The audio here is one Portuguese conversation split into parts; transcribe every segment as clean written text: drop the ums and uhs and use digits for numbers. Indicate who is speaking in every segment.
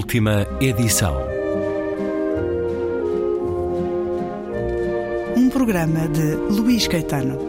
Speaker 1: Última edição.
Speaker 2: Um programa de Luís Caetano.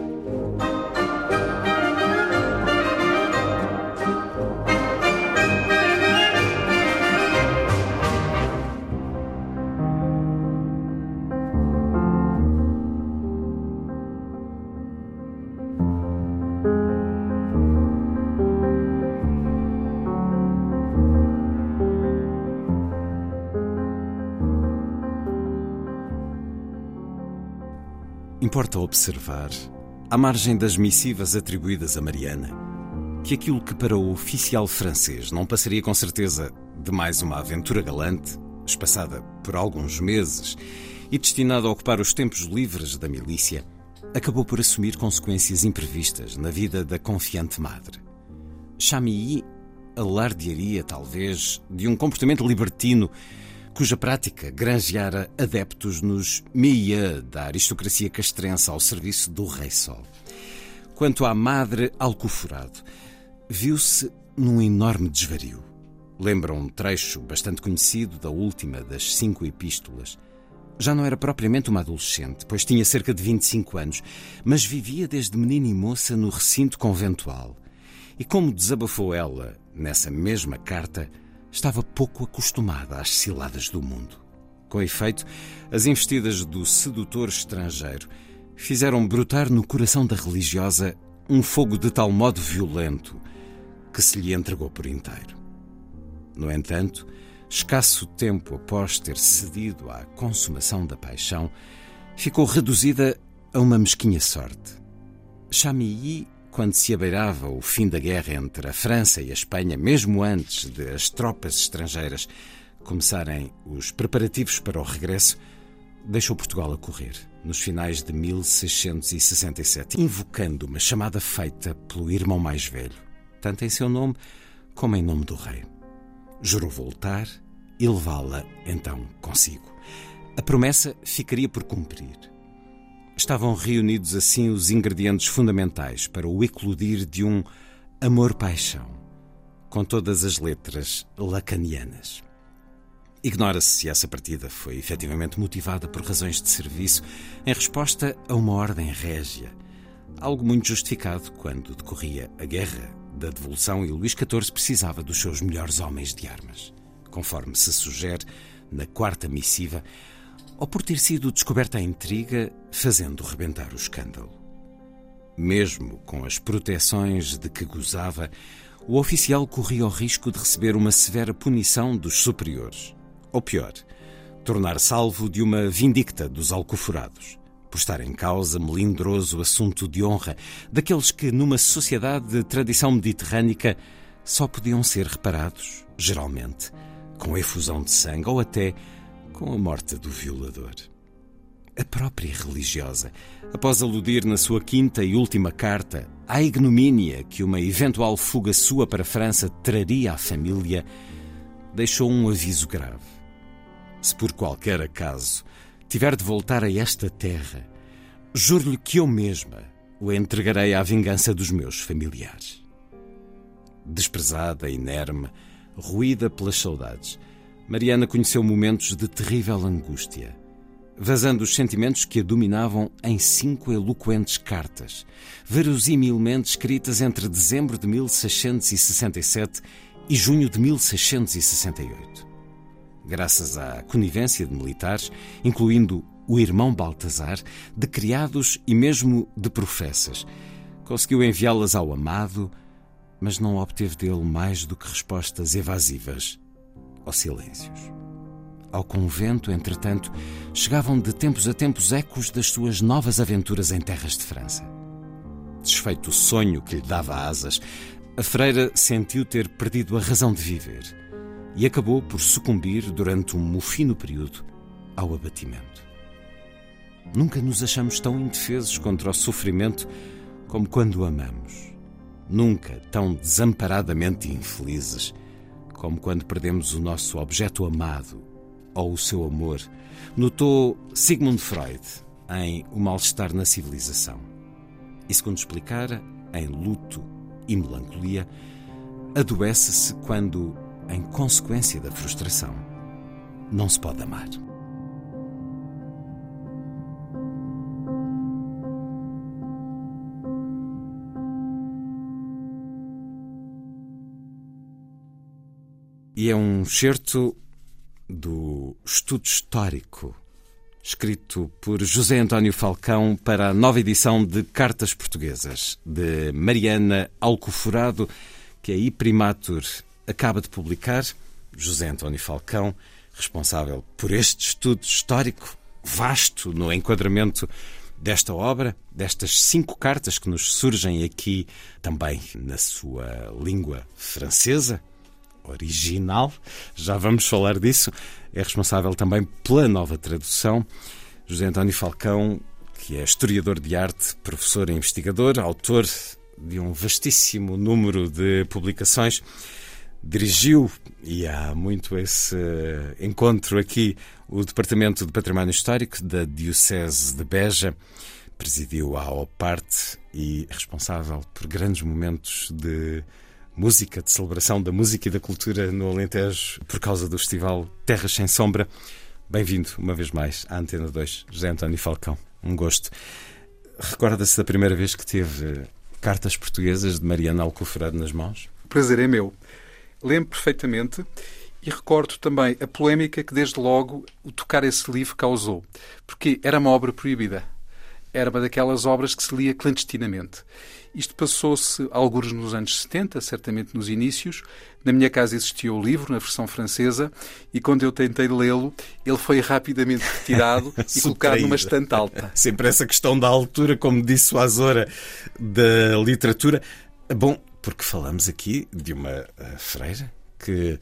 Speaker 3: Importa observar, à margem das missivas atribuídas a Mariana, que aquilo que para o oficial francês não passaria com certeza de mais uma aventura galante, espaçada por alguns meses e destinada a ocupar os tempos livres da milícia, acabou por assumir consequências imprevistas na vida da confiante madre. Chamilly alardearia, talvez, de um comportamento libertino cuja prática granjeara adeptos nos milieux da aristocracia castrense ao serviço do Rei Sol. Quanto à madre Alcoforado, viu-se num enorme desvario. Lembra um trecho bastante conhecido da última das 5 epístolas. Já não era propriamente uma adolescente, pois tinha cerca de 25 anos, mas vivia desde menina e moça no recinto conventual. E como desabafou ela nessa mesma carta, estava pouco acostumada às ciladas do mundo. Com efeito, as investidas do sedutor estrangeiro fizeram brotar no coração da religiosa um fogo de tal modo violento que se lhe entregou por inteiro. No entanto, escasso tempo após ter cedido à consumação da paixão, ficou reduzida a uma mesquinha sorte. Chamilly, quando se abeirava o fim da guerra entre a França e a Espanha, mesmo antes de as tropas estrangeiras começarem os preparativos para o regresso, deixou Portugal a correr, nos finais de 1667, invocando uma chamada feita pelo irmão mais velho, tanto em seu nome como em nome do rei. Jurou voltar e levá-la, então, consigo. A promessa ficaria por cumprir. Estavam reunidos assim os ingredientes fundamentais para o eclodir de um amor-paixão, com todas as letras lacanianas. Ignora-se se essa partida foi efetivamente motivada por razões de serviço em resposta a uma ordem régia, algo muito justificado quando decorria a Guerra da Devolução e Luís XIV precisava dos seus melhores homens de armas, conforme se sugere na 4ª missiva, ou por ter sido descoberta a intriga, fazendo rebentar o escândalo. Mesmo com as proteções de que gozava, o oficial corria o risco de receber uma severa punição dos superiores, ou pior, tornar-se alvo de uma vindicta dos alcoforados, por estar em causa melindroso assunto de honra, daqueles que numa sociedade de tradição mediterrânica só podiam ser reparados, geralmente, com efusão de sangue ou até com a morte do violador. A própria religiosa, após aludir na sua 5ª e última carta à ignomínia que uma eventual fuga sua para a França traria à família, deixou um aviso grave. Se por qualquer acaso tiver de voltar a esta terra, juro-lhe que eu mesma o entregarei à vingança dos meus familiares. Desprezada, inerme, roída pelas saudades, Mariana conheceu momentos de terrível angústia, vazando os sentimentos que a dominavam em 5 eloquentes cartas, verosimilmente escritas entre dezembro de 1667 e junho de 1668. Graças à conivência de militares, incluindo o irmão Baltazar, de criados e mesmo de professas, conseguiu enviá-las ao amado, mas não obteve dele mais do que respostas evasivas ou silêncios. Ao convento, entretanto, chegavam de tempos a tempos ecos das suas novas aventuras em terras de França. Desfeito o sonho que lhe dava asas, a freira sentiu ter perdido a razão de viver e acabou por sucumbir durante um mofino período ao abatimento. Nunca nos achamos tão indefesos contra o sofrimento como quando o amamos. Nunca tão desamparadamente infelizes como quando perdemos o nosso objeto amado ou o seu amor, notou Sigmund Freud em O Mal-Estar na Civilização. E segundo explicara, em Luto e Melancolia, adoece-se quando em consequência da frustração, não se pode amar. E é um excerto do Estudo Histórico, escrito por José António Falcão para a nova edição de Cartas Portuguesas, de Mariana Alcoforado, que a Imprimatur acaba de publicar. José António Falcão, responsável por este estudo histórico vasto no enquadramento desta obra, destas 5 cartas que nos surgem aqui também na sua língua francesa original, já vamos falar disso. É responsável também pela nova tradução. José António Falcão, que é historiador de arte, professor e investigador, autor de um vastíssimo número de publicações, dirigiu, e há muito esse encontro aqui, o Departamento de Património Histórico da Diocese de Beja, presidiu a OPARTE e é responsável por grandes momentos de música, de celebração da música e da cultura no Alentejo por causa do festival Terras Sem Sombra. Bem-vindo uma vez mais à Antena 2, José António Falcão. Um gosto. Recorda-se da primeira vez que teve Cartas Portuguesas de Mariana Alcoforado nas mãos?
Speaker 1: O prazer é meu. Lembro perfeitamente e recordo também a polémica que desde logo o tocar esse livro causou. Porque era uma obra proibida. Era uma daquelas obras que se lia clandestinamente. Isto passou-se alguns nos anos 70, certamente nos inícios. Na minha casa existia o livro, na versão francesa, e quando eu tentei lê-lo, ele foi rapidamente retirado e colocado numa estante alta.
Speaker 3: Sempre essa questão da altura, como disse o Azora, da literatura. Bom, porque falamos aqui de uma freira que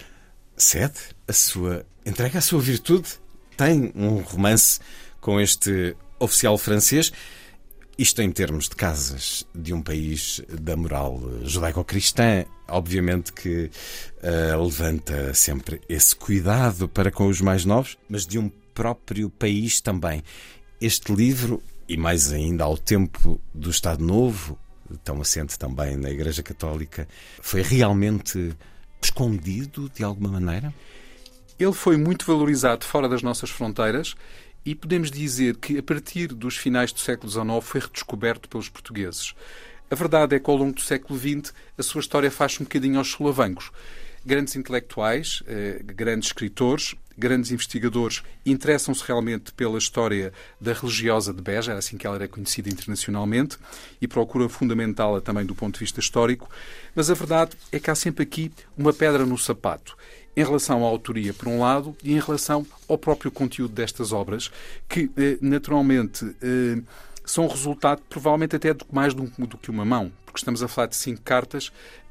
Speaker 3: entrega a sua virtude, tem um romance com este oficial francês. Isto em termos de casas de um país da moral judaico-cristã, obviamente que levanta sempre esse cuidado para com os mais novos, mas de um próprio país também. Este livro, e mais ainda ao tempo do Estado Novo, tão assente também na Igreja Católica, foi realmente escondido de alguma maneira?
Speaker 1: Ele foi muito valorizado fora das nossas fronteiras. E podemos dizer que, a partir dos finais do século XIX, foi redescoberto pelos portugueses. A verdade é que, ao longo do século XX, a sua história faz-se um bocadinho aos solavancos. Grandes intelectuais, grandes escritores, grandes investigadores interessam-se realmente pela história da religiosa de Beja, era assim que ela era conhecida internacionalmente, e procuram fundamentá-la também do ponto de vista histórico. Mas a verdade é que há sempre aqui uma pedra no sapato, em relação à autoria, por um lado, e em relação ao próprio conteúdo destas obras, que, naturalmente, são resultado, provavelmente, até mais do que uma mão, porque estamos a falar de 5 cartas.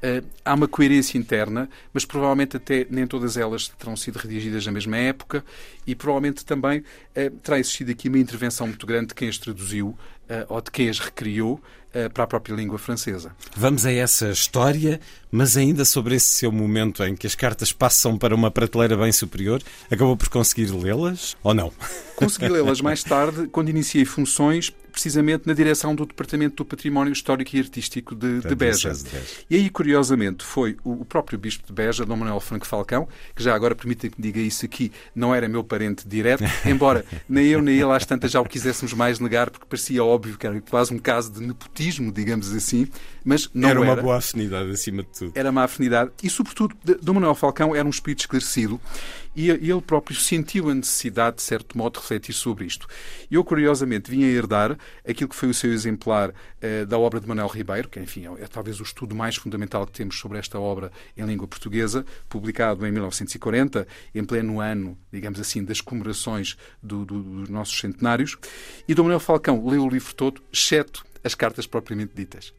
Speaker 1: Há uma coerência interna, mas provavelmente até nem todas elas terão sido redigidas na mesma época e provavelmente também terá existido aqui uma intervenção muito grande de quem as traduziu ou de quem as recriou para a própria língua francesa.
Speaker 3: Vamos a essa história, mas ainda sobre esse seu momento em que as cartas passam para uma prateleira bem superior, acabou por conseguir lê-las ou não?
Speaker 1: Consegui lê-las mais tarde, quando iniciei funções, precisamente na direção do Departamento do Património Histórico e Artístico de Beja. E aí, curiosamente, foi o próprio Bispo de Beja, Dom Manuel Franco Falcão, que já agora, permita que me diga isso aqui, não era meu parente direto, embora nem eu nem ele às tantas já o quiséssemos mais negar, porque parecia óbvio que era quase um caso de nepotismo, digamos assim, mas não era.
Speaker 3: Era uma boa afinidade, acima de tudo.
Speaker 1: Era uma afinidade e, sobretudo, Dom Manuel Falcão era um espírito esclarecido e ele próprio sentiu a necessidade, de certo modo, de refletir sobre isto. Eu, curiosamente, vim a herdar aquilo que foi o seu exemplar da obra de Manuel Ribeiro, que, enfim, é talvez o estudo mais fundamental que temos sobre esta obra em língua portuguesa, publicado em 1940, em pleno ano, digamos assim, das comemorações dos nossos centenários. E Dom Manuel Falcão leu o livro todo, exceto as cartas propriamente ditas.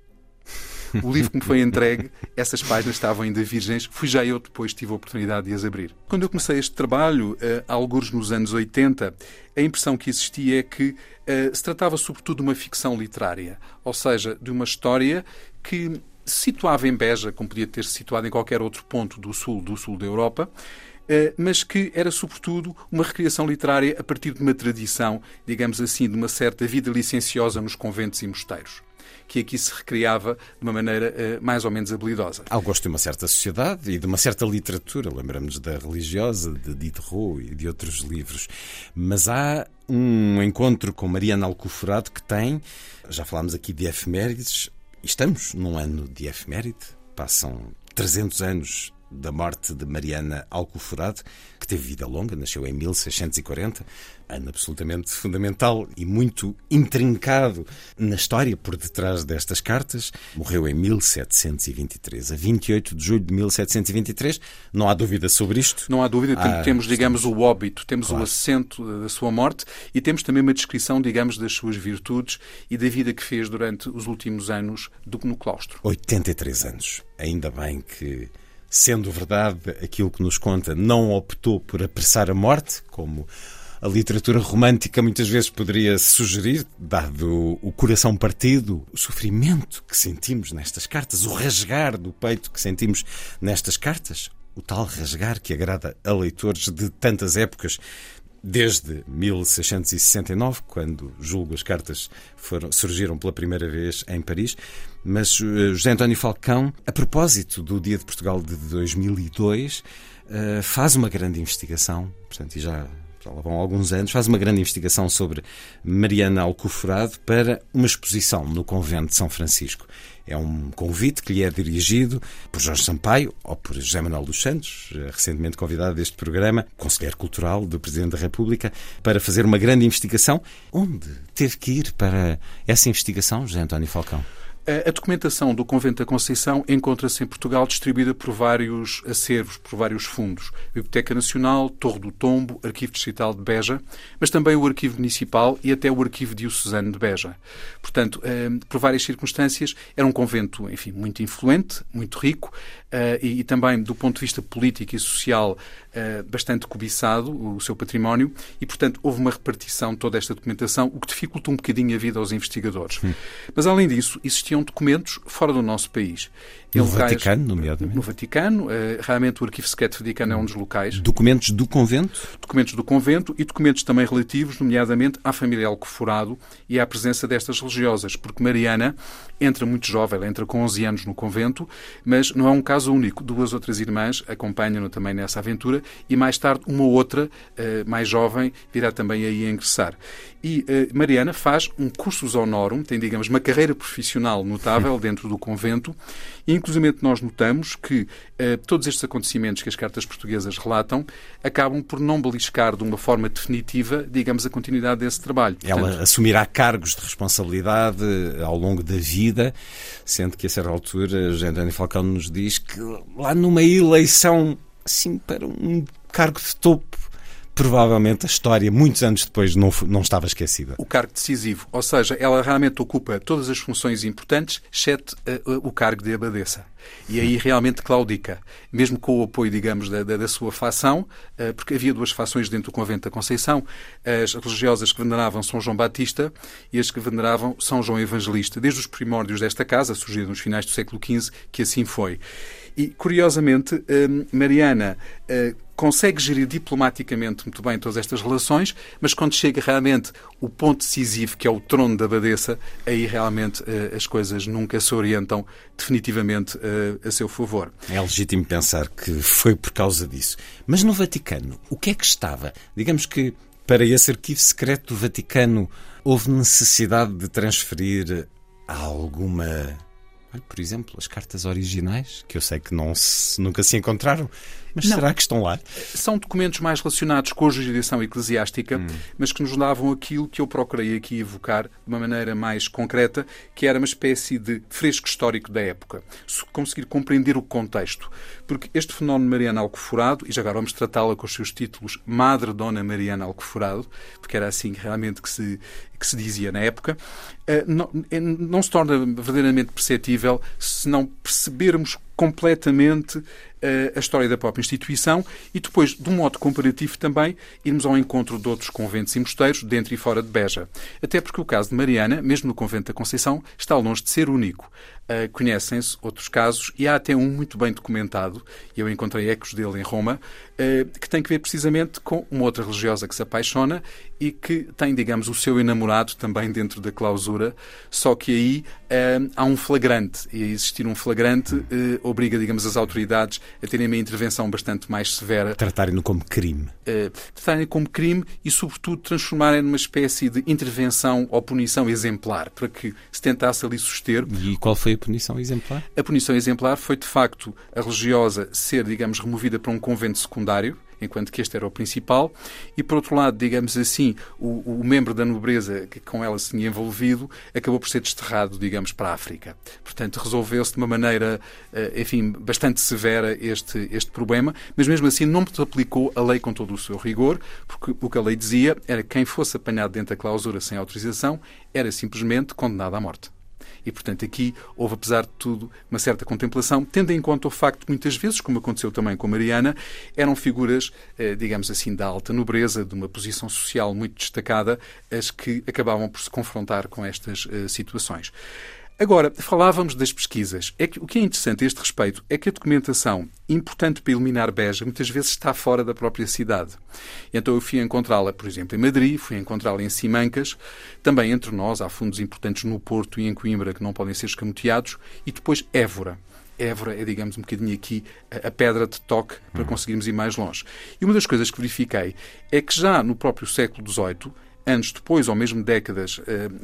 Speaker 1: O livro que me foi entregue, essas páginas estavam ainda virgens. Fui já eu depois tive a oportunidade de as abrir. Quando eu comecei este trabalho, alguns nos anos 80, a impressão que existia é que se tratava sobretudo de uma ficção literária. Ou seja, de uma história que se situava em Beja, como podia ter se situado em qualquer outro ponto do sul da Europa, mas que era sobretudo uma recriação literária a partir de uma tradição, digamos assim, de uma certa vida licenciosa nos conventos e mosteiros. que aqui se recriava de uma maneira mais ou menos habilidosa.
Speaker 3: Ao gosto de uma certa sociedade e de uma certa literatura, lembramos da Religiosa, de Diderot e de outros livros. Mas há um encontro com Mariana Alcoforado que tem, já falámos aqui de efemérides, e estamos num ano de efeméride, passam 300 anos da morte de Mariana Alcoforado, que teve vida longa, nasceu em 1640, ano absolutamente fundamental e muito intrincado na história por detrás destas cartas. Morreu em 1723, a 28 de julho de 1723. Não há dúvida sobre isto?
Speaker 1: Não há dúvida. Temos, digamos, o óbito, temos o assento da sua morte e temos também uma descrição, digamos, das suas virtudes e da vida que fez durante os últimos anos no claustro.
Speaker 3: 83 anos. Ainda bem que, sendo verdade aquilo que nos conta, não optou por apressar a morte, como a literatura romântica muitas vezes poderia sugerir, dado o coração partido, o sofrimento que sentimos nestas cartas, o rasgar do peito que sentimos nestas cartas, o tal rasgar que agrada a leitores de tantas épocas, desde 1669, quando, julgo, as cartas surgiram pela primeira vez em Paris. Mas José António Falcão, a propósito do Dia de Portugal de 2002, faz uma grande investigação, portanto, e já lá vão alguns anos, faz uma grande investigação sobre Mariana Alcoforado para uma exposição no convento de São Francisco. É um convite que lhe é dirigido por Jorge Sampaio ou por José Manuel dos Santos, recentemente convidado deste programa, conselheiro cultural do Presidente da República, para fazer uma grande investigação. Onde teve que ir para essa investigação, José António Falcão?
Speaker 1: A documentação do Convento da Conceição encontra-se em Portugal distribuída por vários acervos, por vários fundos. Biblioteca Nacional, Torre do Tombo, Arquivo Distrital de Beja, mas também o Arquivo Municipal e até o Arquivo Diocesano de Beja. Portanto, por várias circunstâncias, era um convento, enfim, muito influente, muito rico e também, do ponto de vista político e social, bastante cobiçado, o seu património, e, portanto, houve uma repartição de toda esta documentação, o que dificulta um bocadinho a vida aos investigadores. Mas, além disso, existiam documentos fora do nosso país.
Speaker 3: No Vaticano, nomeadamente?
Speaker 1: No Vaticano. Realmente o Arquivo Secreto Vaticano é um dos locais.
Speaker 3: Documentos do convento?
Speaker 1: Documentos do convento e documentos também relativos, nomeadamente, à família Alcoforado e à presença destas religiosas, porque Mariana entra muito jovem, ela entra com 11 anos no convento, mas não é um caso único. 2 outras irmãs acompanham-no também nessa aventura e mais tarde uma outra, mais jovem, virá também aí a ingressar. E Mariana faz um cursus honorum, tem, digamos, uma carreira profissional notável dentro do convento e, inclusive, nós notamos que todos estes acontecimentos que as cartas portuguesas relatam acabam por não beliscar de uma forma definitiva, digamos, a continuidade desse trabalho.
Speaker 3: Portanto, ela assumirá cargos de responsabilidade ao longo da vida, sendo que a certa altura José António Falcão nos diz que lá numa eleição, assim, para um cargo de topo, provavelmente a história, muitos anos depois, não estava esquecida.
Speaker 1: O cargo decisivo, ou seja, ela realmente ocupa todas as funções importantes, exceto o cargo de abadesa. E aí realmente claudica, mesmo com o apoio, digamos, da sua facção, porque havia 2 fações dentro do Convento da Conceição, as religiosas que veneravam São João Batista e as que veneravam São João Evangelista, desde os primórdios desta casa, surgida nos finais do século XV, que assim foi. E, curiosamente, Mariana consegue gerir diplomaticamente muito bem todas estas relações, mas quando chega realmente o ponto decisivo, que é o trono da abadesa, aí realmente as coisas nunca se orientam definitivamente a seu favor.
Speaker 3: É legítimo pensar que foi por causa disso. Mas no Vaticano, o que é que estava? Digamos que para esse arquivo secreto do Vaticano houve necessidade de transferir alguma... Por exemplo, as cartas originais, que eu sei que nunca se encontraram, mas não. Será que estão lá?
Speaker 1: São documentos mais relacionados com a jurisdição eclesiástica, mas que nos davam aquilo que eu procurei aqui evocar de uma maneira mais concreta, que era uma espécie de fresco histórico da época. Conseguir compreender o contexto. Porque este fenómeno de Mariana Alcoforado, e já agora vamos tratá-la com os seus títulos Madre Dona Mariana Alcoforado, porque era assim realmente que se dizia na época, não se torna verdadeiramente perceptível se não percebermos completamente a história da própria instituição e depois, de um modo comparativo também, irmos ao encontro de outros conventos e mosteiros dentro e fora de Beja. Até porque o caso de Mariana, mesmo no convento da Conceição, está longe de ser único. Conhecem-se outros casos e há até um muito bem documentado, e eu encontrei ecos dele em Roma, que tem que ver precisamente com uma outra religiosa que se apaixona e que tem, digamos, o seu enamorado também dentro da clausura, só que aí há um flagrante, e a existir um flagrante obriga, digamos, as autoridades a terem uma intervenção bastante mais severa.
Speaker 3: Tratarem-no como crime.
Speaker 1: Tratarem como crime e, sobretudo, transformarem numa espécie de intervenção ou punição exemplar, para que se tentasse ali suster.
Speaker 3: E qual foi a punição exemplar?
Speaker 1: A punição exemplar foi, de facto, a religiosa ser, digamos, removida para um convento secundário, enquanto que este era o principal, e, por outro lado, digamos assim, o membro da nobreza que com ela se tinha envolvido acabou por ser desterrado, digamos, para a África. Portanto, resolveu-se de uma maneira, enfim, bastante severa este problema, mas mesmo assim não se aplicou a lei com todo o seu rigor, porque o que a lei dizia era que quem fosse apanhado dentro da clausura sem autorização era simplesmente condenado à morte. E, portanto, aqui houve, apesar de tudo, uma certa contemplação, tendo em conta o facto que muitas vezes, como aconteceu também com Mariana, eram figuras, digamos assim, da alta nobreza, de uma posição social muito destacada, as que acabavam por se confrontar com estas situações. Agora, falávamos das pesquisas. O que é interessante a este respeito é que a documentação importante para eliminar Beja muitas vezes está fora da própria cidade. Então eu fui encontrá-la, por exemplo, em Madrid, fui encontrá-la em Simancas, também entre nós há fundos importantes no Porto e em Coimbra que não podem ser escamoteados, e depois Évora. Évora é, digamos, um bocadinho aqui a pedra de toque para conseguirmos ir mais longe. E uma das coisas que verifiquei é que já no próprio século XVIII, anos depois, ou mesmo décadas,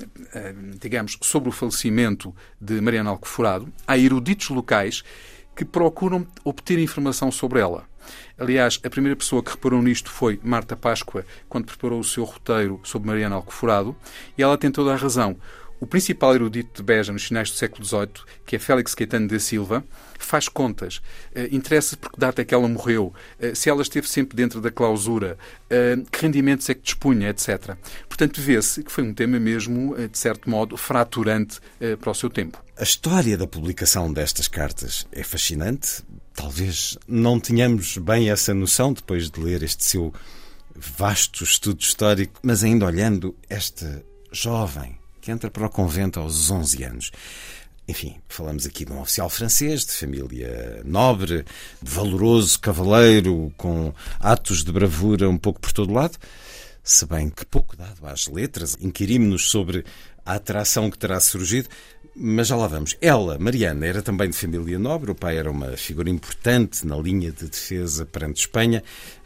Speaker 1: digamos, sobre o falecimento de Mariana Alcoforado, há eruditos locais que procuram obter informação sobre ela. Aliás, a primeira pessoa que reparou nisto foi Marta Páscoa, quando preparou o seu roteiro sobre Mariana Alcoforado, e ela tem toda a razão. O principal erudito de Beja nos finais do século XVIII, que é Félix Caetano da Silva, faz contas. Interessa-se por que data é que ela morreu, se ela esteve sempre dentro da clausura, que rendimentos é que dispunha, etc. Portanto, vê-se que foi um tema mesmo, de certo modo, fraturante para o seu tempo.
Speaker 3: A história da publicação destas cartas é fascinante. Talvez não tenhamos bem essa noção depois de ler este seu vasto estudo histórico, mas ainda olhando esta jovem que entra para o convento aos 11 anos. Enfim, falamos aqui de um oficial francês, de família nobre, de valoroso cavaleiro, com atos de bravura um pouco por todo lado, se bem que pouco dado às letras, inquirimos-nos sobre a atração que terá surgido, mas já lá vamos. Ela, Mariana, era também de família nobre, o pai era uma figura importante na linha de defesa perante Espanha,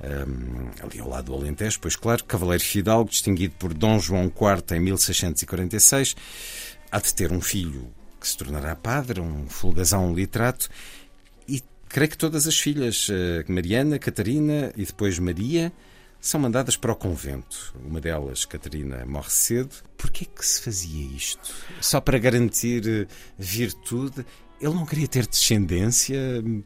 Speaker 3: ali ao lado do Alentejo, pois claro, cavaleiro fidalgo, distinguido por Dom João IV em 1646, há de ter um filho que se tornará padre, um folgazão literato, e creio que todas as filhas, Mariana, Catarina e depois Maria, são mandadas para o convento. Uma delas, Catarina, morre cedo. Porquê que se fazia isto? Só para garantir virtude? Ele não queria ter descendência?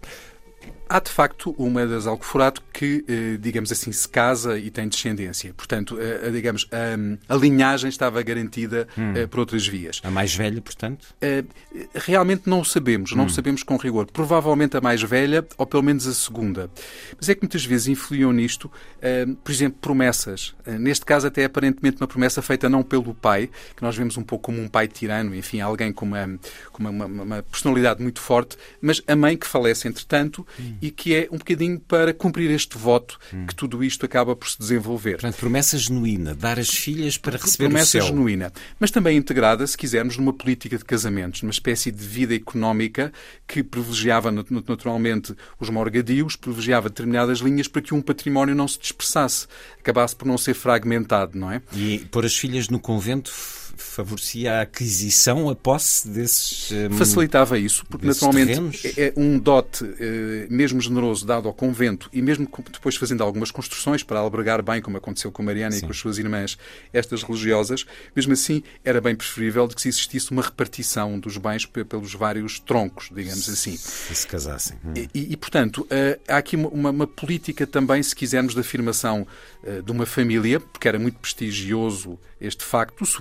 Speaker 1: Há, de facto, uma das Alcoforado que, digamos assim, se casa e tem descendência. Portanto, digamos, a linhagem estava garantida por outras vias.
Speaker 3: A mais velha, portanto?
Speaker 1: Realmente não o sabemos, não o sabemos com rigor. Provavelmente a mais velha, ou pelo menos a segunda. Mas é que muitas vezes influíam nisto, por exemplo, promessas. Neste caso, até aparentemente uma promessa feita não pelo pai, que nós vemos um pouco como um pai tirano, enfim, alguém com uma personalidade muito forte, mas a mãe que falece, entretanto, e que é um bocadinho para cumprir este voto que tudo isto acaba por se desenvolver.
Speaker 3: Portanto, promessa genuína, dar as filhas para receber
Speaker 1: promessa
Speaker 3: o céu.
Speaker 1: Genuína, mas também integrada, se quisermos, numa política de casamentos, numa espécie de vida económica que privilegiava naturalmente os morgadios, privilegiava determinadas linhas para que um património não se dispersasse, acabasse por não ser fragmentado, não é?
Speaker 3: E pôr as filhas no convento favorecia a aquisição, a posse desses
Speaker 1: facilitava isso, porque naturalmente
Speaker 3: terrenos?
Speaker 1: É um dote mesmo generoso dado ao convento e mesmo depois fazendo algumas construções para albergar bem, como aconteceu com Mariana Sim. e com as suas irmãs, estas religiosas, mesmo assim era bem preferível de que se existisse uma repartição dos bens pelos vários troncos, digamos assim.
Speaker 3: Se casassem.
Speaker 1: E portanto, há aqui uma política também, se quisermos, de afirmação de uma família, porque era muito prestigioso este facto, sobretudo num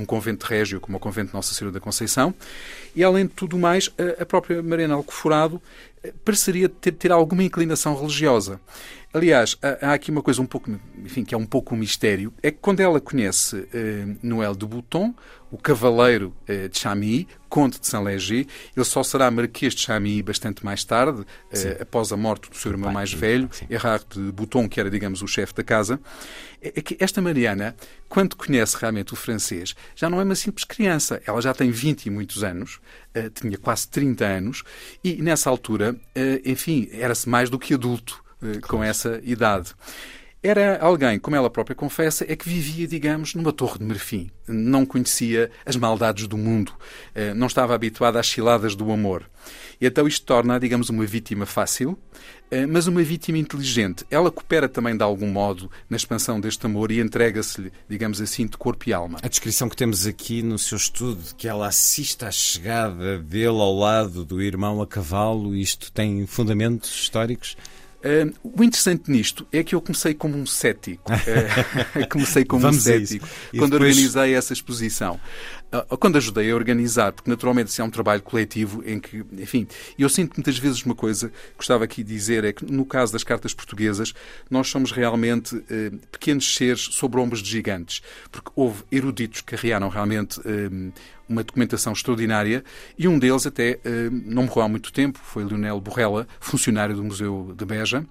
Speaker 1: convento régio como o convento de Nossa Senhora da Conceição. E, além de tudo mais, a própria Mariana Alcoforado pareceria ter alguma inclinação religiosa. Aliás, há aqui uma coisa um pouco, enfim, que é um pouco um mistério, é que quando ela conhece Noël de Bouton, o cavaleiro de Chamilly, conde de Saint-Léger, ele só será marquês de Chamilly bastante mais tarde, após a morte do seu irmão mais velho, Erard de Bouton, que era, digamos, o chefe da casa. É que esta Mariana, quando conhece realmente o francês, já não é uma simples criança. Ela já tem 20 e muitos anos, tinha quase 30 anos, e nessa altura, enfim, era-se mais do que adulto com essa idade. Era alguém, como ela própria confessa, é que vivia, digamos, numa torre de marfim. Não conhecia as maldades do mundo. Não estava habituada às ciladas do amor. E então isto torna-a, digamos, uma vítima fácil, mas uma vítima inteligente. Ela coopera também, de algum modo, na expansão deste amor e entrega-se-lhe, digamos assim, de corpo e alma.
Speaker 3: A descrição que temos aqui no seu estudo, de que ela assiste à chegada dele ao lado do irmão a cavalo, isto tem fundamentos históricos?
Speaker 1: O interessante nisto é que eu comecei como um cético. Quando organizei essa exposição. Quando ajudei a organizar, porque naturalmente isso é um trabalho coletivo em que, enfim, eu sinto muitas vezes uma coisa que gostava aqui de dizer, é que no caso das cartas portuguesas, nós somos realmente pequenos seres sobre ombros de gigantes, porque houve eruditos que carregaram realmente uma documentação extraordinária, e um deles até não morreu há muito tempo, foi Leonel Borrella, funcionário do Museu de Beja,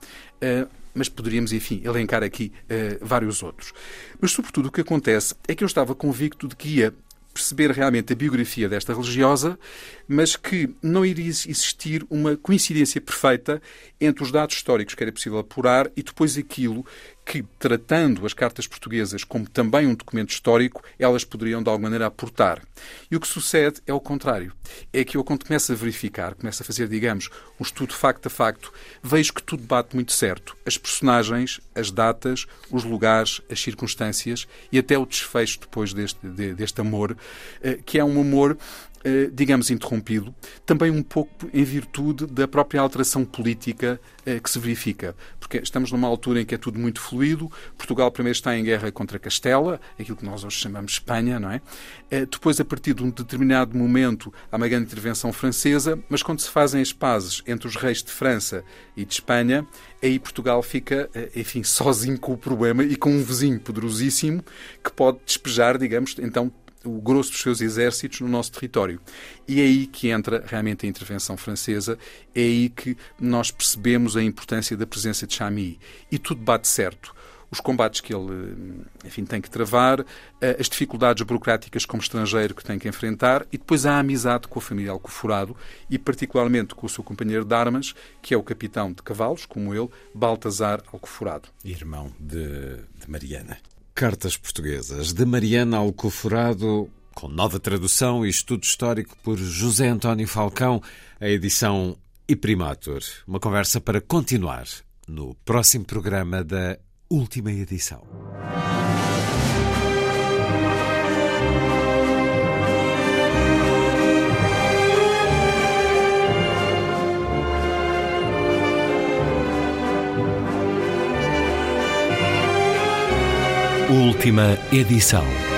Speaker 1: mas poderíamos, enfim, elencar aqui vários outros. Mas, sobretudo, o que acontece é que eu estava convicto de que ia perceber realmente a biografia desta religiosa, mas que não iria existir uma coincidência perfeita entre os dados históricos que era possível apurar e depois aquilo que, tratando as cartas portuguesas como também um documento histórico, elas poderiam de alguma maneira aportar. E o que sucede é o contrário. É que eu, quando começo a verificar, começo a fazer, digamos, um estudo facto a facto, vejo que tudo bate muito certo. As personagens, as datas, os lugares, as circunstâncias e até o desfecho depois deste amor, que é um amor, digamos, interrompido, também um pouco em virtude da própria alteração política que se verifica. Porque estamos numa altura em que é tudo muito fluido. Portugal primeiro está em guerra contra Castela, aquilo que nós hoje chamamos Espanha, não é? Depois, a partir de um determinado momento, há uma grande intervenção francesa, mas quando se fazem as pazes entre os reis de França e de Espanha, aí Portugal fica, enfim, sozinho com o problema e com um vizinho poderosíssimo que pode despejar, digamos, então, o grosso dos seus exércitos no nosso território. E é aí que entra realmente a intervenção francesa, é aí que nós percebemos a importância da presença de Chamilly. E tudo bate certo. Os combates que ele, enfim, tem que travar, as dificuldades burocráticas como estrangeiro que tem que enfrentar e depois a amizade com a família Alcoforado e particularmente com o seu companheiro de armas, que é o capitão de cavalos, como ele, Baltazar Alcoforado.
Speaker 3: Irmão de Mariana. Cartas Portuguesas, de Mariana Alcoforado, com nova tradução e estudo histórico por José António Falcão, a edição Imprimatur. Uma conversa para continuar no próximo programa da última edição.
Speaker 4: Última edição.